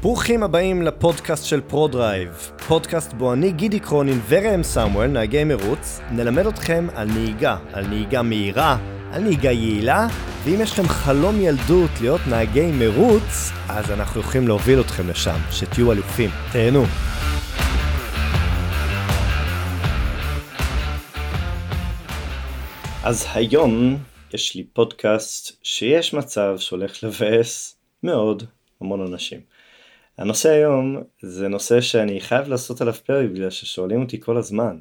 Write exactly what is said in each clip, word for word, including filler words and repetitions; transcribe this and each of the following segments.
ברוכים הבאים לפודקאסט של פרודרייב, פודקאסט בו אני גידי קרונין וראם סמואל, נהגי מרוץ, נלמד אתכם על נהיגה, על נהיגה מהירה, על נהיגה יעילה, ואם יש לכם חלום ילדות להיות נהגי מרוץ, אז אנחנו יכולים להוביל אתכם לשם, שתהיו אלופים. תהנו. אז היום יש לי פודקאסט שיש מצב שהולך לבאס מאוד המון אנשים. הנושא היום זה נושא שאני חייב לעשות עליו פרק בגלל ששואלים אותי כל הזמן.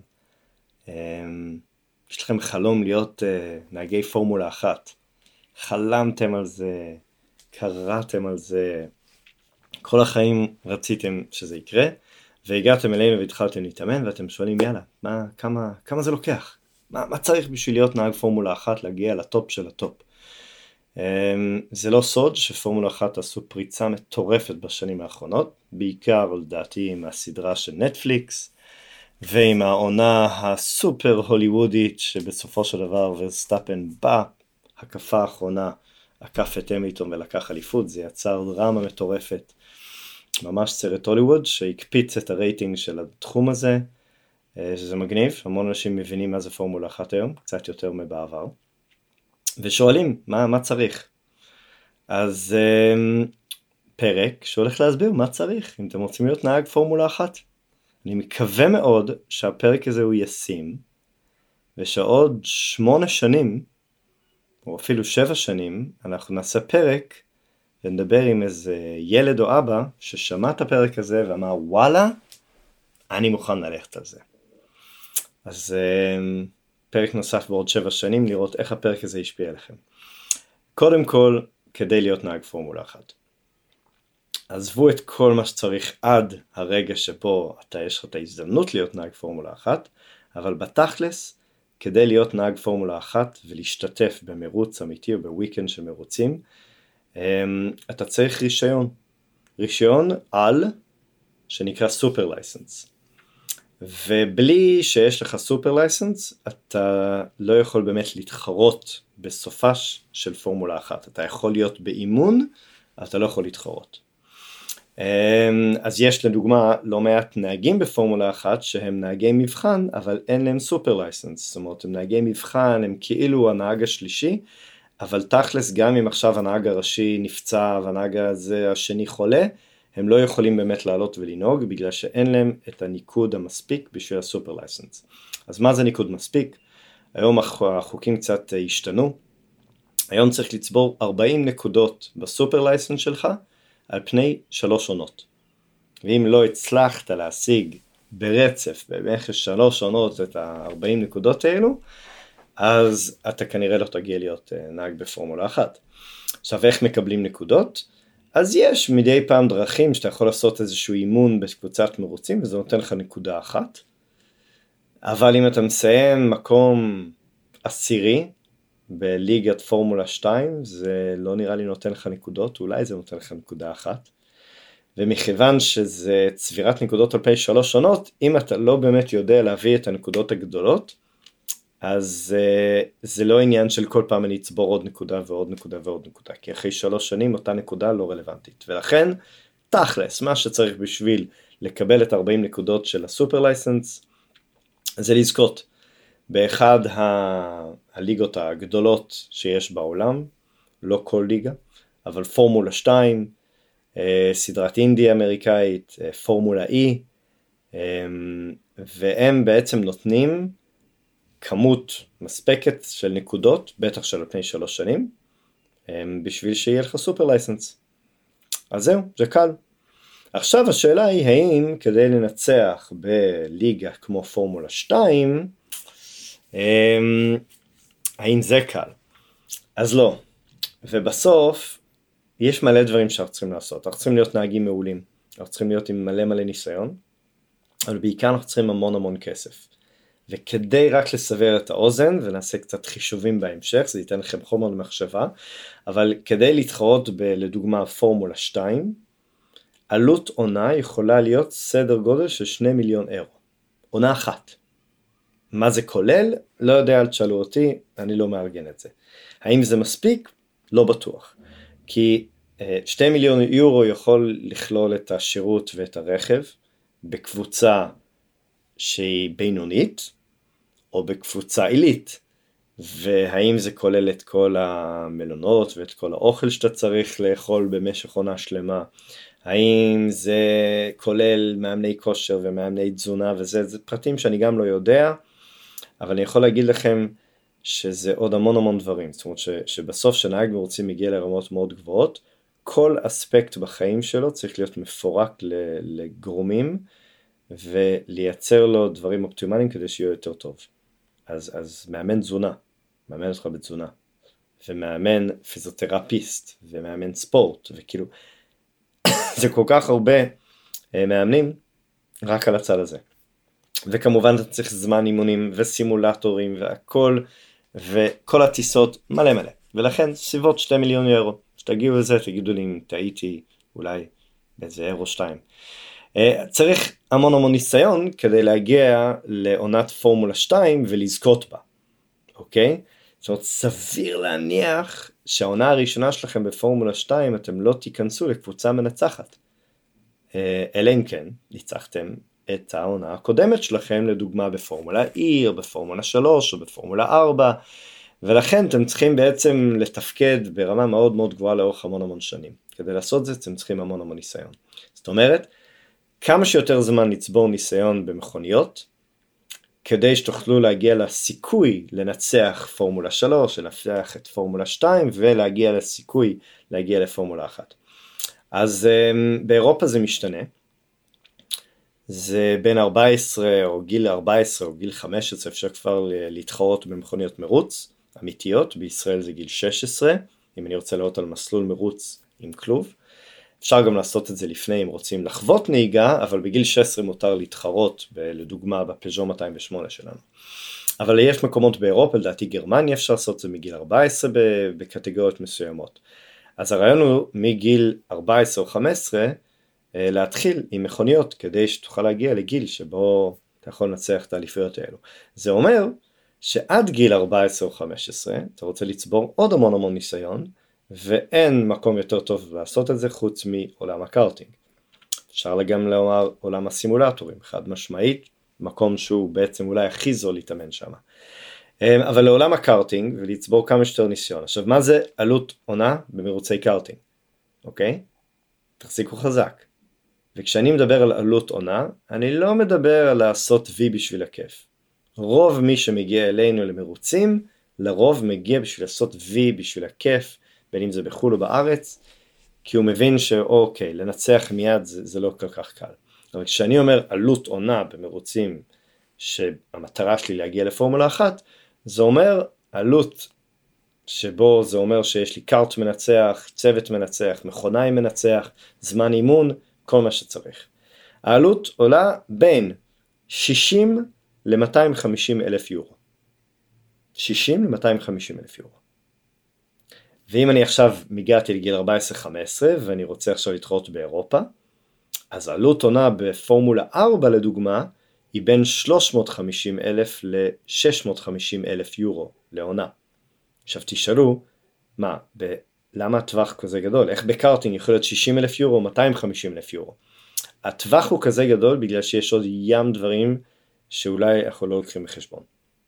יש לכם חלום להיות נהגי פורמולה אחת. חלמתם על זה, קראתם על זה, כל החיים רציתם שזה יקרה, והגעתם אלינו והתחלתם להתאמן ואתם שואלים יאללה, מה, כמה, כמה זה לוקח? מה, מה צריך בשביל להיות נהג פורמולה אחת להגיע לטופ של הטופ? זה לא סוד שפורמולה אחת עשו פריצה מטורפת בשנים האחרונות, בעיקר לדעתי עם הסדרה של נטפליקס, ועם העונה הסופר הוליוודית שבסופו של דבר ורסטאפן בא, הקפה האחרונה, עקף את המילטון ולקח אליפות, זה יצר דרמה מטורפת, ממש סרט הוליווד שהקפיץ את הרייטינג של התחום הזה, שזה מגניב, המון אנשים מבינים מה זה פורמולה אחת היום, קצת יותר מבעבר. ושואלים, מה, מה צריך? אז um, פרק שהולך להסביר מה צריך, אם אתם רוצים להיות נהג פורמולה אחת. אני מקווה מאוד שהפרק הזה הוא ישים, ושעוד שמונה שנים, או אפילו שבע שנים, אנחנו נעשה פרק, ונדבר עם איזה ילד או אבא, ששמע את הפרק הזה, ואמר, וואלה, אני מוכן ללכת על זה. אז... Um, פרק נוסף בעוד שבע שנים, לראות איך הפרק הזה ישפיע עליכם. קודם כל, כדי להיות נהג פורמולה אחת. עזבו את כל מה שצריך עד הרגע שבו אתה יש לך את ההזדמנות להיות נהג פורמולה אחת, אבל בתכלס, כדי להיות נהג פורמולה אחת ולהשתתף במרוץ אמיתי או בוויקנד של מרוצים, אתה צריך רישיון. רישיון על, שנקרא סופר לייסנס. ובלי שיש לך סופר לייסנס, אתה לא יכול באמת להתחרות בסופה של פורמולה אחת. אתה יכול להיות באימון, אתה לא יכול להתחרות. אז יש לדוגמה לא מעט נהגים בפורמולה אחת, שהם נהגי מבחן, אבל אין להם סופר לייסנס. זאת אומרת, הם נהגי מבחן, הם כאילו הנהג השלישי, אבל תכלס גם אם עכשיו הנהג הראשי נפצע, והנהג הזה השני חולה, הם לא יכולים באמת לעלות ולנהוג, בגלל שאין להם את הניקוד המספיק בשביל הסופר לייסנס. אז מה זה ניקוד מספיק? היום החוקים קצת השתנו. היום צריך לצבור ארבעים נקודות בסופר לייסנס שלך, על פני שלוש עונות. ואם לא הצלחת להשיג ברצף, במשך שלוש עונות את ה-ארבעים נקודות האלו, אז אתה כנראה לא תגיע להיות נהג בפורמולה אחת. עכשיו, איך מקבלים נקודות? אז יש מדי פעם דרכים שאתה יכול לעשות איזשהו אימון בקבוצת מרוצים, וזה נותן לך נקודה אחת. אבל אם אתה מסיים מקום עשירי בליגת פורמולה שתיים, זה לא נראה לי נותן לך נקודות, אולי זה נותן לך נקודה אחת. ומכיוון שזה צבירת נקודות על פי שלוש עונות, אם אתה לא באמת יודע להביא את הנקודות הגדולות, אז uh, זה לא עניין של כל פעם אני אצבור עוד נקודה ועוד נקודה ועוד נקודה, כי אחרי שלוש שנים אותה נקודה לא רלוונטית, ולכן תכלס, מה שצריך בשביל לקבל את ארבעים נקודות של הסופר לייסנס, זה לזכות באחד ה- הליגות הגדולות שיש בעולם, לא כל ליגה, אבל פורמולה שתיים, uh, סדרת אינדי אמריקאית, uh, פורמולה E, um, והם בעצם נותנים כמות מספקת של נקודות, בטח של פני שלוש שנים, בשביל שיהיה לך סופר לייסנס. אז זהו, זה קל. עכשיו השאלה היא, האם כדי לנצח בליגה כמו פורמולה שתיים, האם זה קל? אז לא. ובסוף, יש מלא דברים שאנחנו צריכים לעשות. אנחנו צריכים להיות נהגים מעולים. אנחנו צריכים להיות עם מלא מלא ניסיון, אבל בעיקר אנחנו צריכים המון המון כסף. וכדי רק לסבר את האוזן, ונעשה קצת חישובים בהמשך, זה ייתן לכם חומר למחשבה, אבל כדי להתחרות בלדוגמה פורמולה שתיים, עלות עונה יכולה להיות סדר גודל של שני מיליון אירו. עונה אחת. מה זה כולל? לא יודע, אל תשאלו אותי, אני לא מארגן את זה. האם זה מספיק? לא בטוח. כי שתי מיליון יורו יכול לכלול את השירות ואת הרכב בקבוצה שהיא בינונית או בקבוצה עילית, והאם זה כולל את כל המלונות ואת כל האוכל שאתה צריך לאכול במשך עונה שלמה, האם זה כולל מאמני כושר ומאמני תזונה, וזה זה פרטים שאני גם לא יודע, אבל אני יכול להגיד לכם שזה עוד המון המון דברים. זאת אומרת ש, שבסוף שנהג מרוצים מגיע לרמות מאוד גבוהות, כל אספקט בחיים שלו צריך להיות מפורק לגורמים, ולייצר לו דברים אופטימליים כדי שיהיה יותר טוב. אז, אז מאמן תזונה, מאמן אותך בתזונה, ומאמן פיזיותרפיסט, ומאמן ספורט, וכאילו, זה כל כך הרבה מאמנים רק על הצד הזה. וכמובן אתה צריך זמן אימונים וסימולטורים והכל, וכל הטיסות מלא מלא. ולכן סביבות שתי מיליון יורו. שתגיעו לזה, תגידו לי אם טעיתי אולי באיזה אירו שתיים. צריך המון המון ניסיון כדי להגיע לעונת פורמולה שתיים ולזכות בה. אוקיי? זאת אומרת, סביר להניח שהעונה הראשונה שלכם בפורמולה שתיים אתם לא תיכנסו לקבוצה מנצחת. אלא אם כן, ניצחתם את העונה הקודמת שלכם, לדוגמה בפורמולה E או בפורמולה שלוש או בפורמולה ארבע, ולכן אתם צריכים בעצם לתפקד ברמה מאוד מאוד גבוהה לאורך המון המון שנים. כדי לעשות זה אתם צריכים המון המון ניסיון. זאת אומרת, כמה שיותר זמן לצבור ניסיון במכוניות, כדי שתוכלו להגיע לסיכוי לנצח פורמולה שלוש, לנצח את פורמולה שתיים, ולהגיע לסיכוי להגיע לפורמולה אחת. אז באירופה זה משתנה, זה בין ארבע עשרה או גיל ארבע עשרה או גיל חמש עשרה, אפשר כבר להתחרות במכוניות מרוץ אמיתיות, בישראל זה גיל שש עשרה, אם אני רוצה לראות על מסלול מרוץ עם כלוב, אפשר גם לעשות את זה לפני אם רוצים לחוות נהיגה, אבל בגיל שש עשרה מותר להתחרות, לדוגמה בפז'ו מאתיים ושמונה שלנו. אבל יש מקומות באירופה, לדעתי גרמניה אפשר לעשות את זה מגיל ארבע עשרה בקטגוריות מסוימות. אז הרעיון הוא מגיל ארבע עשרה או חמש עשרה, להתחיל עם מכוניות כדי שתוכל להגיע לגיל שבו אתה יכול לנצח את האליפויות האלו. זה אומר שעד גיל ארבע עשרה או חמש עשרה אתה רוצה לצבור עוד המון המון ניסיון, ואין מקום יותר טוב לעשות את זה חוץ מעולם הקארטינג. אפשר גם לומר עולם הסימולטורים, חד משמעית, מקום שהוא בעצם אולי הכי זול להתאמן שם. אבל לעולם הקארטינג ולצבור כמה שיותר ניסיון. עכשיו מה זה עלות עונה במרוצי קארטינג? אוקיי? תחזיקו חזק. וכשאני מדבר על עלות עונה, אני לא מדבר על לעשות וי בשביל הכיף. רוב מי שמגיע אלינו למרוצים, לרוב מגיע בשביל לעשות וי בשביל הכיף, בין אם זה בחול או בארץ, כי הוא מבין שאוקיי, לנצח מיד זה, זה לא כל כך קל. אבל כשאני אומר עלות עונה במרוצים, שהמטרה שלי להגיע לפורמולה אחת, זה אומר עלות שבו זה אומר שיש לי קארט מנצח, צוות מנצח, מכונאי מנצח, זמן אימון, כל מה שצריך. העלות עולה בין שישים ל-מאתיים וחמישים אלף יורו. שישים ל-מאתיים וחמישים אלף יורו. ואם אני עכשיו מגעתי לגיל ארבע עשרה חמש עשרה ואני רוצה עכשיו להתחרות באירופה, אז העלות עונה בפורמולה ארבע לדוגמה, היא בין שלוש מאות וחמישים אלף ל-שש מאות וחמישים אלף יורו לעונה. עכשיו תשאלו, מה, ב- למה הטווח כזה גדול? איך בקארטינג יכול להיות שישים אלף יורו או מאתיים וחמישים אלף יורו? הטווח הוא כזה גדול בגלל שיש עוד ים דברים שאולי אנחנו לא לוקחים בחשבון.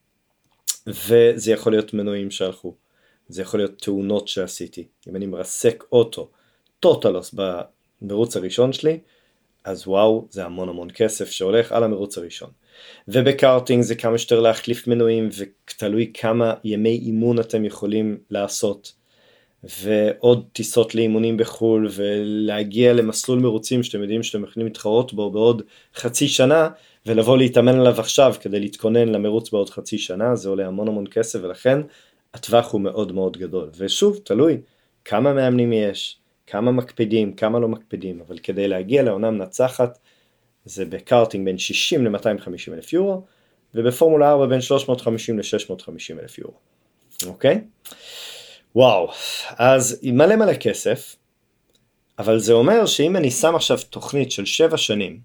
וזה יכול להיות מנועים שהלכו, זה יכול להיות תאונות שעשיתי. אם אני מרסק אוטו, טוטלוס במרוץ הראשון שלי, אז וואו, זה המון המון כסף שהולך על המרוץ הראשון. ובקארטינג זה כמה שיותר להחליף מנועים, ותלוי כמה ימי אימון אתם יכולים לעשות, ועוד טיסות לאימונים בחול, ולהגיע למסלול מרוצים שאתם יודעים שאתם יכולים להתחרות בו בעוד חצי שנה, ולבוא להתאמן עליו עכשיו כדי להתכונן למרוץ בעוד חצי שנה, זה עולה המון המון כסף, ולכן הטווח הוא מאוד מאוד גדול. ושוב, תלוי כמה מאמנים יש, כמה מקפידים, כמה לא מקפידים, אבל כדי להגיע לעונה מנצחת, זה בקארטינג בין שישים ל-מאתיים וחמישים אלף יורו, ובפורמולה ארבע בין שלוש מאות וחמישים ל-שש מאות וחמישים אלף יורו. אוקיי? וואו, אז מלא מלא כסף, אבל זה אומר שאם אני שם עכשיו תוכנית של שבע שנים,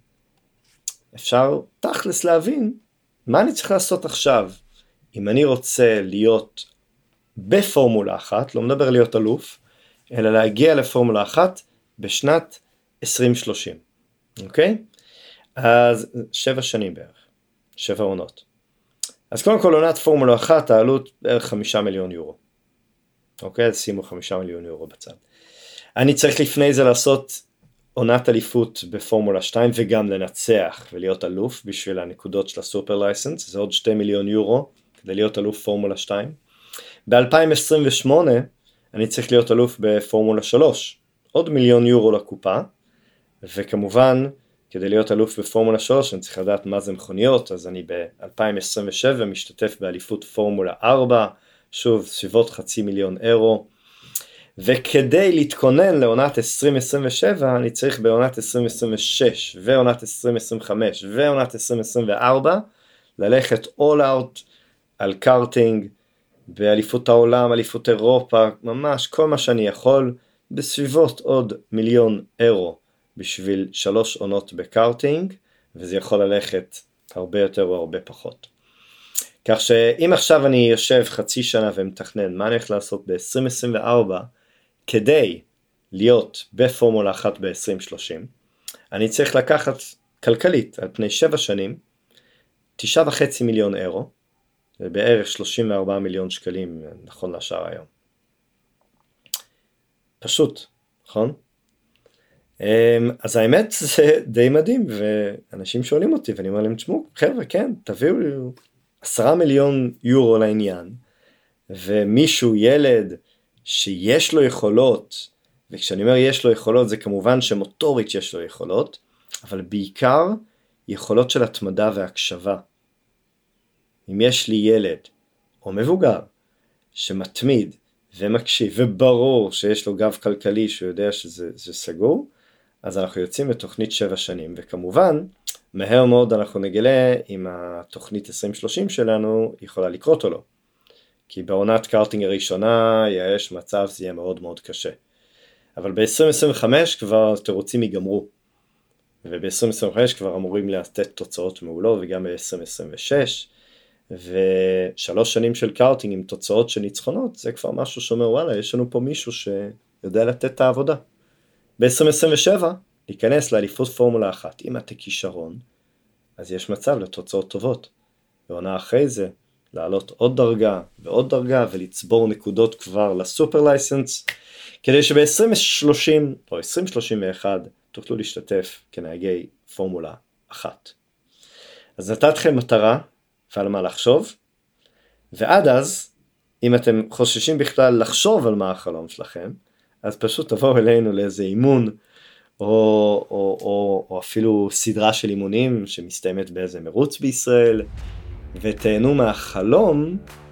אפשר תכלס להבין מה אני צריך לעשות עכשיו, אם אני רוצה להיות בפורמולה אחת, לא מדבר להיות אלוף, אלא להגיע לפורמולה אחת בשנת עשרים שלושים, אוקיי? אז שבע שנים בערך, שבע עונות. אז קודם כל עונת פורמולה אחת, העלות בערך חמישה מיליון יורו. אוקיי, אז שימו חמישה מיליון יורו בצד. אני צריך לפני זה לעשות עונת אליפות בפורמולה שתיים, וגם לנצח ולהיות אלוף בשביל הנקודות של הסופר לייסנס, זה עוד שתי מיליון יורו כדי להיות אלוף פורמולה שתיים. ב-אלפיים עשרים ושמונה אני צריך להיות אלוף בפורמולה שלוש, עוד מיליון יורו לקופה, וכמובן כדי להיות אלוף בפורמולה שלוש אני צריך לדעת מה זה מכוניות, אז אני ב-אלפיים עשרים ושבע משתתף באליפות פורמולה ארבע, שוב סביבות חצי מיליון אירו, וכדי להתכונן לעונת עשרים עשרים ושבע אני צריך בעונת עשרים עשרים ושש ועונת עשרים עשרים וחמש ועונת עשרים עשרים וארבע ללכת all out על קארטינג, באליפות העולם, אליפות אירופה, ממש כל מה שאני יכול, בסביבות עוד מיליון אירו בשביל שלוש עונות בקארטינג, וזה יכול ללכת הרבה יותר או הרבה פחות. כך שאם עכשיו אני יושב חצי שנה ומתכנן מה אני הולך לעשות ב-עשרים עשרים וארבע כדי להיות בפורמולה אחת ב-עשרים שלושים, אני צריך לקחת כלכלית על פני שבע שנים, תשעה וחצי מיליון אירו, ובערך שלושים וארבעה מיליון שקלים נכון לשער היום. פשוט, נכון? אז האמת זה די מדהים, ואנשים שואלים אותי, ואני אומר להם, תשמעו, חבר'ה, כן, תביאו עשרה מיליון יורו לעניין, ומישהו, ילד, שיש לו יכולות, וכשאני אומר יש לו יכולות, זה כמובן שמוטורית יש לו יכולות, אבל בעיקר יכולות של התמדה והקשבה. אם יש לי ילד או מבוגר שמתמיד ומקשיב וברור שיש לו גב כלכלי שהוא יודע שזה זה סגור, אז אנחנו יוצאים לתוכנית שבע שנים, וכמובן מהר מאוד אנחנו נגלה אם התוכנית עשרים שלושים שלנו יכולה לקרות או לא, כי בעונת קארטינג הראשונה יש מצב זה יהיה מאוד מאוד קשה, אבל ב-עשרים עשרים וחמש כבר תירוצים ייגמרו, וב-עשרים עשרים וחמש כבר אמורים לתת תוצאות מעולות, וגם ב-עשרים עשרים ושש, ושלוש שנים של קארטינג עם תוצאות של ניצחונות, זה כבר משהו שאומר וואלה, יש לנו פה מישהו שיודע לתת את העבודה. ב-עשרים עשרים ושבע להיכנס לאליפות פורמולה אחת, אם אתה כישרון, אז יש מצב לתוצאות טובות, ועונה אחרי זה לעלות עוד דרגה ועוד דרגה, ולצבור נקודות כבר לסופר לייסנס, כדי שב-עשרים שלושים או עשרים שלושים ואחת תוכלו להשתתף כנהגי פורמולה אחת. אז נתתכם מטרה ועל מה לחשוב, ועד אז, אם אתם חוששים בכלל לחשוב על מה החלום שלכם, אז פשוט תבואו אלינו לאיזה אימון, או, או, או, או אפילו סדרה של אימונים שמסתיימת באיזה מרוץ בישראל, ותהנו מהחלום,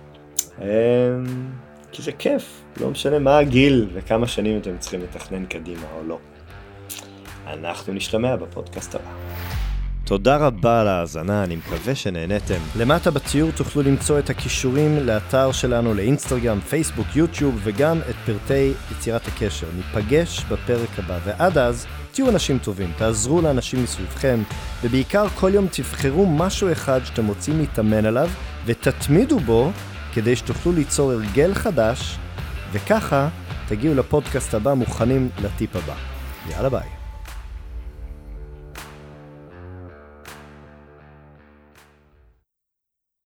כי זה כיף, לא משנה מה הגיל וכמה שנים אתם צריכים לתכנן קדימה או לא. אנחנו נשתמע בפודקאסט הבא. תודה רבה על ההאזנה, אני מקווה שנהנתם. למטה בציור תוכלו למצוא את הכישורים לאתר שלנו, לאינסטגרם, פייסבוק, יוטיוב, וגם את פרטי יצירת הקשר. ניפגש בפרק הבא, ועד אז תהיו אנשים טובים, תעזרו לאנשים מסביבכם, ובעיקר כל יום תבחרו משהו אחד שאתם רוצים להתאמן עליו, ותתמידו בו כדי שתוכלו ליצור הרגל חדש, וככה תגיעו לפודקאסט הבא מוכנים לטיפ הבא. יאללה ביי.